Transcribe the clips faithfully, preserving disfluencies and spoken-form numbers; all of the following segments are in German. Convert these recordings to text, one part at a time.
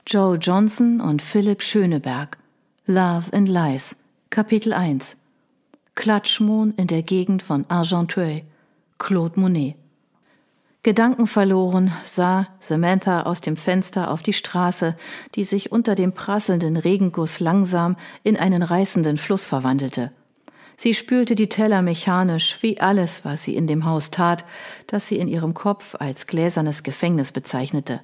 Joe Johnson und Philipp Schöneberg. Love and Lies. Kapitel eins. Klatschmohn in der Gegend von Argenteuil. Claude Monet. Gedankenverloren sah Samantha aus dem Fenster auf die Straße, die sich unter dem prasselnden Regenguss langsam in einen reißenden Fluss verwandelte. Sie spülte die Teller mechanisch, wie alles, was sie in dem Haus tat, das sie in ihrem Kopf als gläsernes Gefängnis bezeichnete.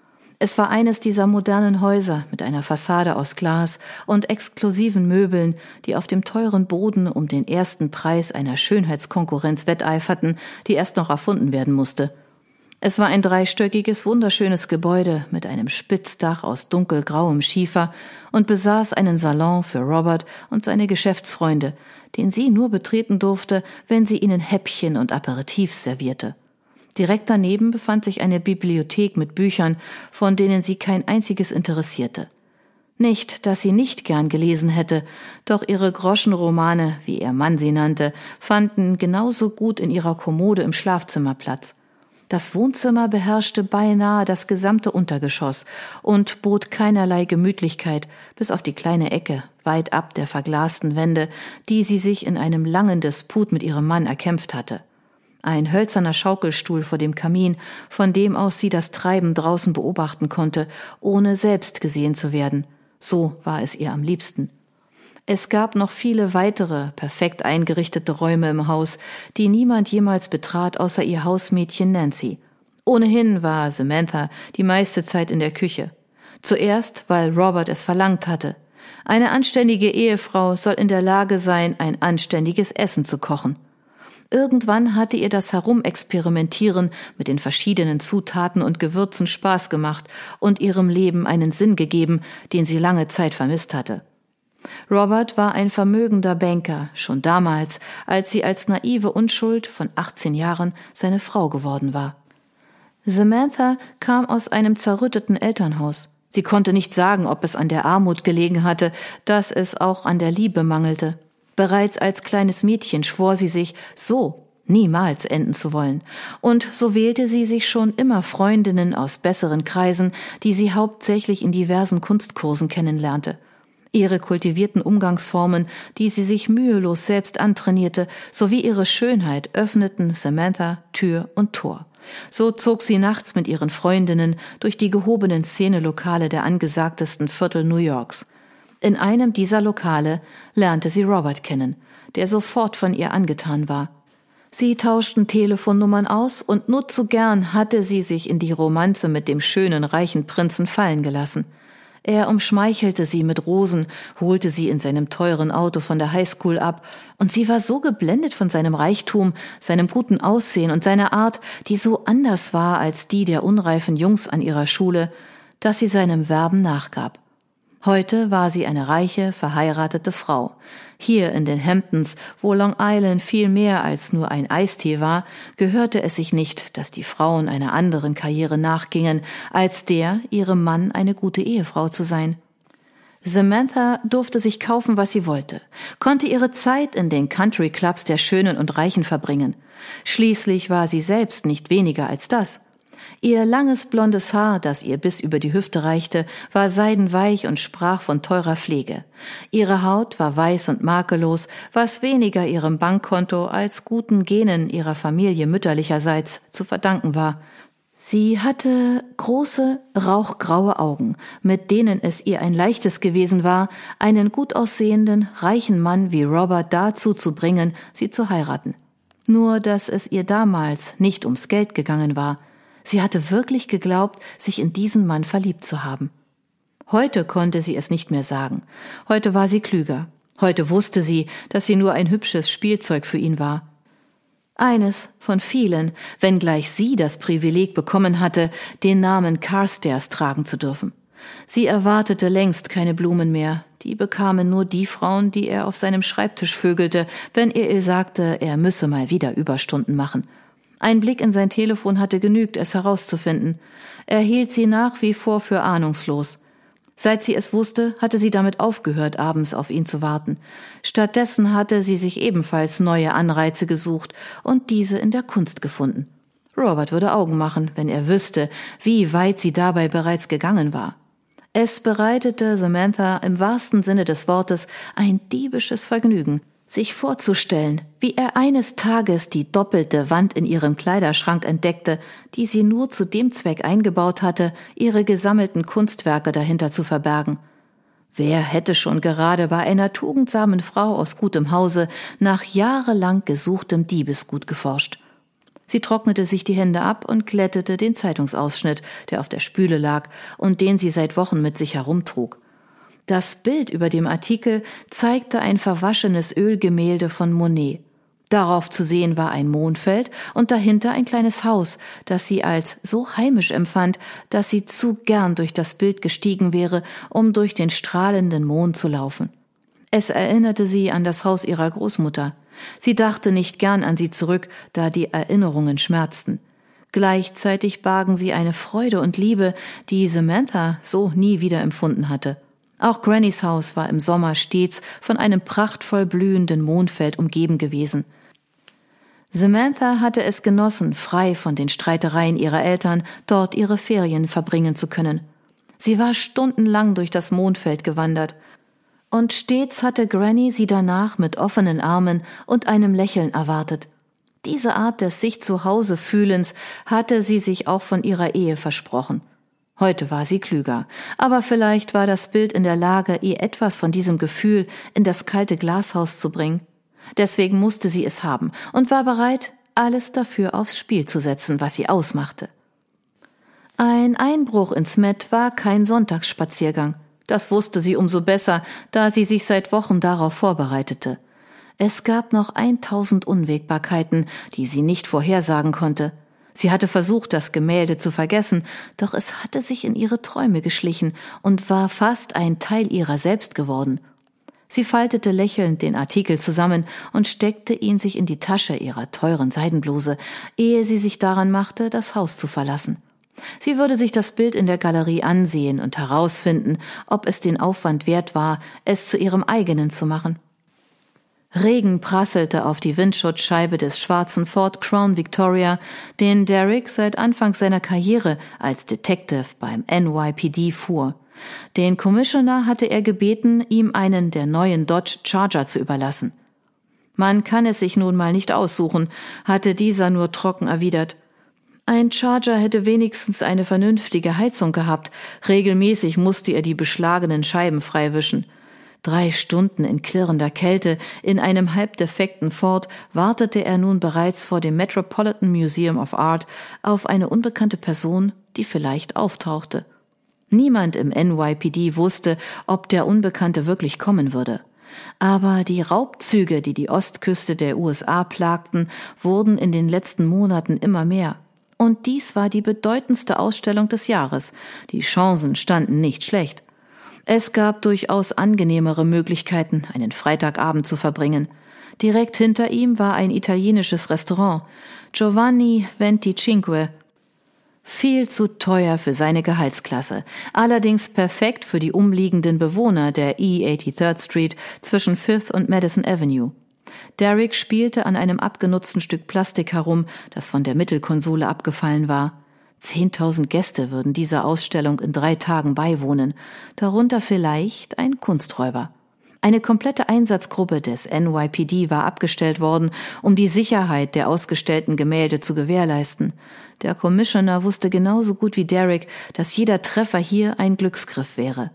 Es war eines dieser modernen Häuser mit einer Fassade aus Glas und exklusiven Möbeln, die auf dem teuren Boden um den ersten Preis einer Schönheitskonkurrenz wetteiferten, die erst noch erfunden werden musste. Es war ein dreistöckiges, wunderschönes Gebäude mit einem Spitzdach aus dunkelgrauem Schiefer und besaß einen Salon für Robert und seine Geschäftsfreunde, den sie nur betreten durfte, wenn sie ihnen Häppchen und Aperitifs servierte. Direkt daneben befand sich eine Bibliothek mit Büchern, von denen sie kein einziges interessierte. Nicht, dass sie nicht gern gelesen hätte, doch ihre Groschenromane, wie ihr Mann sie nannte, fanden genauso gut in ihrer Kommode im Schlafzimmer Platz. Das Wohnzimmer beherrschte beinahe das gesamte Untergeschoss und bot keinerlei Gemütlichkeit, bis auf die kleine Ecke, weit ab der verglasten Wände, die sie sich in einem langen Disput mit ihrem Mann erkämpft hatte. Ein hölzerner Schaukelstuhl vor dem Kamin, von dem aus sie das Treiben draußen beobachten konnte, ohne selbst gesehen zu werden. So war es ihr am liebsten. Es gab noch viele weitere, perfekt eingerichtete Räume im Haus, die niemand jemals betrat, außer ihr Hausmädchen Nancy. Ohnehin war Samantha die meiste Zeit in der Küche. Zuerst, weil Robert es verlangt hatte. Eine anständige Ehefrau soll in der Lage sein, ein anständiges Essen zu kochen. Irgendwann hatte ihr das Herumexperimentieren mit den verschiedenen Zutaten und Gewürzen Spaß gemacht und ihrem Leben einen Sinn gegeben, den sie lange Zeit vermisst hatte. Robert war ein vermögender Banker, schon damals, als sie als naive Unschuld von achtzehn Jahren seine Frau geworden war. Samantha kam aus einem zerrütteten Elternhaus. Sie konnte nicht sagen, ob es an der Armut gelegen hatte, dass es auch an der Liebe mangelte. Bereits als kleines Mädchen schwor sie sich, so niemals enden zu wollen. Und so wählte sie sich schon immer Freundinnen aus besseren Kreisen, die sie hauptsächlich in diversen Kunstkursen kennenlernte. Ihre kultivierten Umgangsformen, die sie sich mühelos selbst antrainierte, sowie ihre Schönheit öffneten Samantha Tür und Tor. So zog sie nachts mit ihren Freundinnen durch die gehobenen Szenelokale der angesagtesten Viertel New Yorks. In einem dieser Lokale lernte sie Robert kennen, der sofort von ihr angetan war. Sie tauschten Telefonnummern aus und nur zu gern hatte sie sich in die Romanze mit dem schönen, reichen Prinzen fallen gelassen. Er umschmeichelte sie mit Rosen, holte sie in seinem teuren Auto von der Highschool ab, und sie war so geblendet von seinem Reichtum, seinem guten Aussehen und seiner Art, die so anders war als die der unreifen Jungs an ihrer Schule, dass sie seinem Werben nachgab. Heute war sie eine reiche, verheiratete Frau. Hier in den Hamptons, wo Long Island viel mehr als nur ein Eistee war, gehörte es sich nicht, dass die Frauen einer anderen Karriere nachgingen, als der, ihrem Mann eine gute Ehefrau zu sein. Samantha durfte sich kaufen, was sie wollte, konnte ihre Zeit in den Country-Clubs der Schönen und Reichen verbringen. Schließlich war sie selbst nicht weniger als das. Ihr langes blondes Haar, das ihr bis über die Hüfte reichte, war seidenweich und sprach von teurer Pflege. Ihre Haut war weiß und makellos, was weniger ihrem Bankkonto als guten Genen ihrer Familie mütterlicherseits zu verdanken war. Sie hatte große, rauchgraue Augen, mit denen es ihr ein leichtes gewesen war, einen gut aussehenden, reichen Mann wie Robert dazu zu bringen, sie zu heiraten. Nur, dass es ihr damals nicht ums Geld gegangen war. Sie hatte wirklich geglaubt, sich in diesen Mann verliebt zu haben. Heute konnte sie es nicht mehr sagen. Heute war sie klüger. Heute wusste sie, dass sie nur ein hübsches Spielzeug für ihn war. Eines von vielen, wenngleich sie das Privileg bekommen hatte, den Namen Carstairs tragen zu dürfen. Sie erwartete längst keine Blumen mehr. Die bekamen nur die Frauen, die er auf seinem Schreibtisch vögelte, wenn er ihr sagte, er müsse mal wieder Überstunden machen. Ein Blick in sein Telefon hatte genügt, es herauszufinden. Er hielt sie nach wie vor für ahnungslos. Seit sie es wusste, hatte sie damit aufgehört, abends auf ihn zu warten. Stattdessen hatte sie sich ebenfalls neue Anreize gesucht und diese in der Kunst gefunden. Robert würde Augen machen, wenn er wüsste, wie weit sie dabei bereits gegangen war. Es bereitete Samantha im wahrsten Sinne des Wortes ein diebisches Vergnügen, sich vorzustellen, wie er eines Tages die doppelte Wand in ihrem Kleiderschrank entdeckte, die sie nur zu dem Zweck eingebaut hatte, ihre gesammelten Kunstwerke dahinter zu verbergen. Wer hätte schon gerade bei einer tugendsamen Frau aus gutem Hause nach jahrelang gesuchtem Diebesgut geforscht? Sie trocknete sich die Hände ab und glättete den Zeitungsausschnitt, der auf der Spüle lag und den sie seit Wochen mit sich herumtrug. Das Bild über dem Artikel zeigte ein verwaschenes Ölgemälde von Monet. Darauf zu sehen war ein Mondfeld und dahinter ein kleines Haus, das sie als so heimisch empfand, dass sie zu gern durch das Bild gestiegen wäre, um durch den strahlenden Mond zu laufen. Es erinnerte sie an das Haus ihrer Großmutter. Sie dachte nicht gern an sie zurück, da die Erinnerungen schmerzten. Gleichzeitig bargen sie eine Freude und Liebe, die Samantha so nie wieder empfunden hatte. Auch Grannys Haus war im Sommer stets von einem prachtvoll blühenden Mondfeld umgeben gewesen. Samantha hatte es genossen, frei von den Streitereien ihrer Eltern dort ihre Ferien verbringen zu können. Sie war stundenlang durch das Mondfeld gewandert. Und stets hatte Granny sie danach mit offenen Armen und einem Lächeln erwartet. Diese Art des Sich-zu-Hause-Fühlens hatte sie sich auch von ihrer Ehe versprochen. Heute war sie klüger, aber vielleicht war das Bild in der Lage, ihr etwas von diesem Gefühl in das kalte Glashaus zu bringen. Deswegen musste sie es haben und war bereit, alles dafür aufs Spiel zu setzen, was sie ausmachte. Ein Einbruch ins Met war kein Sonntagsspaziergang. Das wusste sie umso besser, da sie sich seit Wochen darauf vorbereitete. Es gab noch eintausend Unwägbarkeiten, die sie nicht vorhersagen konnte. Sie hatte versucht, das Gemälde zu vergessen, doch es hatte sich in ihre Träume geschlichen und war fast ein Teil ihrer selbst geworden. Sie faltete lächelnd den Artikel zusammen und steckte ihn sich in die Tasche ihrer teuren Seidenbluse, ehe sie sich daran machte, das Haus zu verlassen. Sie würde sich das Bild in der Galerie ansehen und herausfinden, ob es den Aufwand wert war, es zu ihrem eigenen zu machen. Regen prasselte auf die Windschutzscheibe des schwarzen Ford Crown Victoria, den Derek seit Anfang seiner Karriere als Detective beim N Y P D fuhr. Den Commissioner hatte er gebeten, ihm einen der neuen Dodge Charger zu überlassen. Man kann es sich nun mal nicht aussuchen, hatte dieser nur trocken erwidert. Ein Charger hätte wenigstens eine vernünftige Heizung gehabt. Regelmäßig musste er die beschlagenen Scheiben freiwischen. Drei Stunden in klirrender Kälte in einem halbdefekten Ford wartete er nun bereits vor dem Metropolitan Museum of Art auf eine unbekannte Person, die vielleicht auftauchte. Niemand im N Y P D wusste, ob der Unbekannte wirklich kommen würde. Aber die Raubzüge, die die Ostküste der U S A plagten, wurden in den letzten Monaten immer mehr. Und dies war die bedeutendste Ausstellung des Jahres. Die Chancen standen nicht schlecht. Es gab durchaus angenehmere Möglichkeiten, einen Freitagabend zu verbringen. Direkt hinter ihm war ein italienisches Restaurant, Giovanni Venticinque. Viel zu teuer für seine Gehaltsklasse, allerdings perfekt für die umliegenden Bewohner der E dreiundachtzigste Street zwischen Fifth und Madison Avenue. Derek spielte an einem abgenutzten Stück Plastik herum, das von der Mittelkonsole abgefallen war. Zehntausend Gäste würden dieser Ausstellung in drei Tagen beiwohnen, darunter vielleicht ein Kunsträuber. Eine komplette Einsatzgruppe des N Y P D war abgestellt worden, um die Sicherheit der ausgestellten Gemälde zu gewährleisten. Der Commissioner wusste genauso gut wie Derek, dass jeder Treffer hier ein Glücksgriff wäre.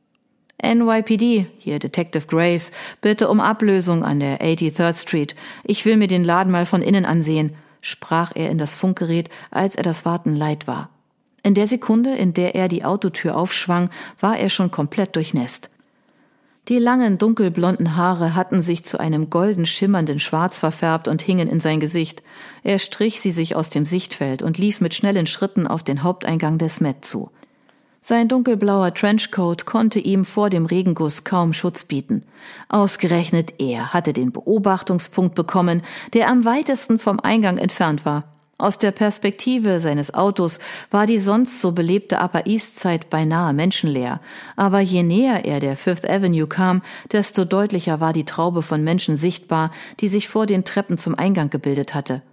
N Y P D, hier Detective Graves, bitte um Ablösung an der eighty-third Street. Ich will mir den Laden mal von innen ansehen, sprach er in das Funkgerät, als er das Warten leid war. In der Sekunde, in der er die Autotür aufschwang, war er schon komplett durchnässt. Die langen, dunkelblonden Haare hatten sich zu einem golden schimmernden Schwarz verfärbt und hingen in sein Gesicht. Er strich sie sich aus dem Sichtfeld und lief mit schnellen Schritten auf den Haupteingang des Met zu. Sein dunkelblauer Trenchcoat konnte ihm vor dem Regenguss kaum Schutz bieten. Ausgerechnet er hatte den Beobachtungspunkt bekommen, der am weitesten vom Eingang entfernt war. Aus der Perspektive seines Autos war die sonst so belebte Upper East Side beinahe menschenleer. Aber je näher er der Fifth Avenue kam, desto deutlicher war die Traube von Menschen sichtbar, die sich vor den Treppen zum Eingang gebildet hatte.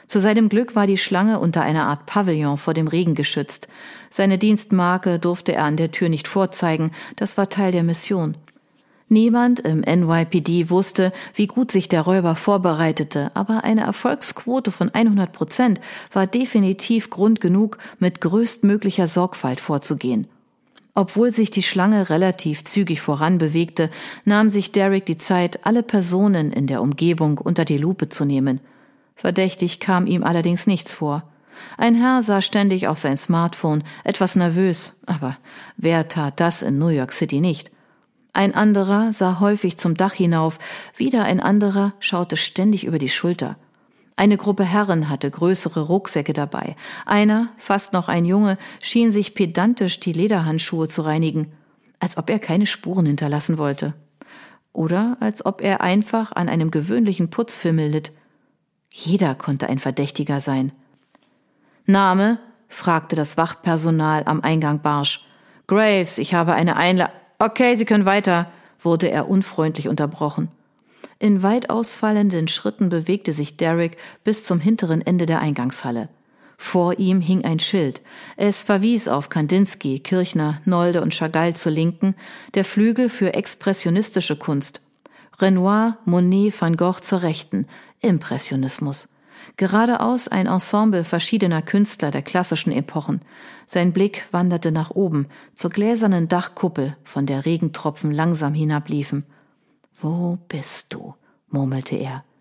Zu seinem Glück war die Schlange unter einer Art Pavillon vor dem Regen geschützt. Seine Dienstmarke durfte er an der Tür nicht vorzeigen, das war Teil der Mission. Niemand im N Y P D wusste, wie gut sich der Räuber vorbereitete, aber eine Erfolgsquote von hundert Prozent war definitiv Grund genug, mit größtmöglicher Sorgfalt vorzugehen. Obwohl sich die Schlange relativ zügig voranbewegte, nahm sich Derek die Zeit, alle Personen in der Umgebung unter die Lupe zu nehmen. Verdächtig kam ihm allerdings nichts vor. Ein Herr sah ständig auf sein Smartphone, etwas nervös, aber wer tat das in New York City nicht? Ein anderer sah häufig zum Dach hinauf, wieder ein anderer schaute ständig über die Schulter. Eine Gruppe Herren hatte größere Rucksäcke dabei. Einer, fast noch ein Junge, schien sich pedantisch die Lederhandschuhe zu reinigen, als ob er keine Spuren hinterlassen wollte. Oder als ob er einfach an einem gewöhnlichen Putzfimmel litt. Jeder konnte ein Verdächtiger sein. »Name?« fragte das Wachpersonal am Eingang barsch. »Graves, ich habe eine Einladung.« »Okay, Sie können weiter«, wurde er unfreundlich unterbrochen. In weit ausfallenden Schritten bewegte sich Derek bis zum hinteren Ende der Eingangshalle. Vor ihm hing ein Schild. Es verwies auf Kandinsky, Kirchner, Nolde und Chagall zur Linken, der Flügel für expressionistische Kunst. Renoir, Monet, Van Gogh zur Rechten, Impressionismus. Geradeaus ein Ensemble verschiedener Künstler der klassischen Epochen. Sein Blick wanderte nach oben, zur gläsernen Dachkuppel, von der Regentropfen langsam hinabliefen. »Wo bist du?« murmelte er.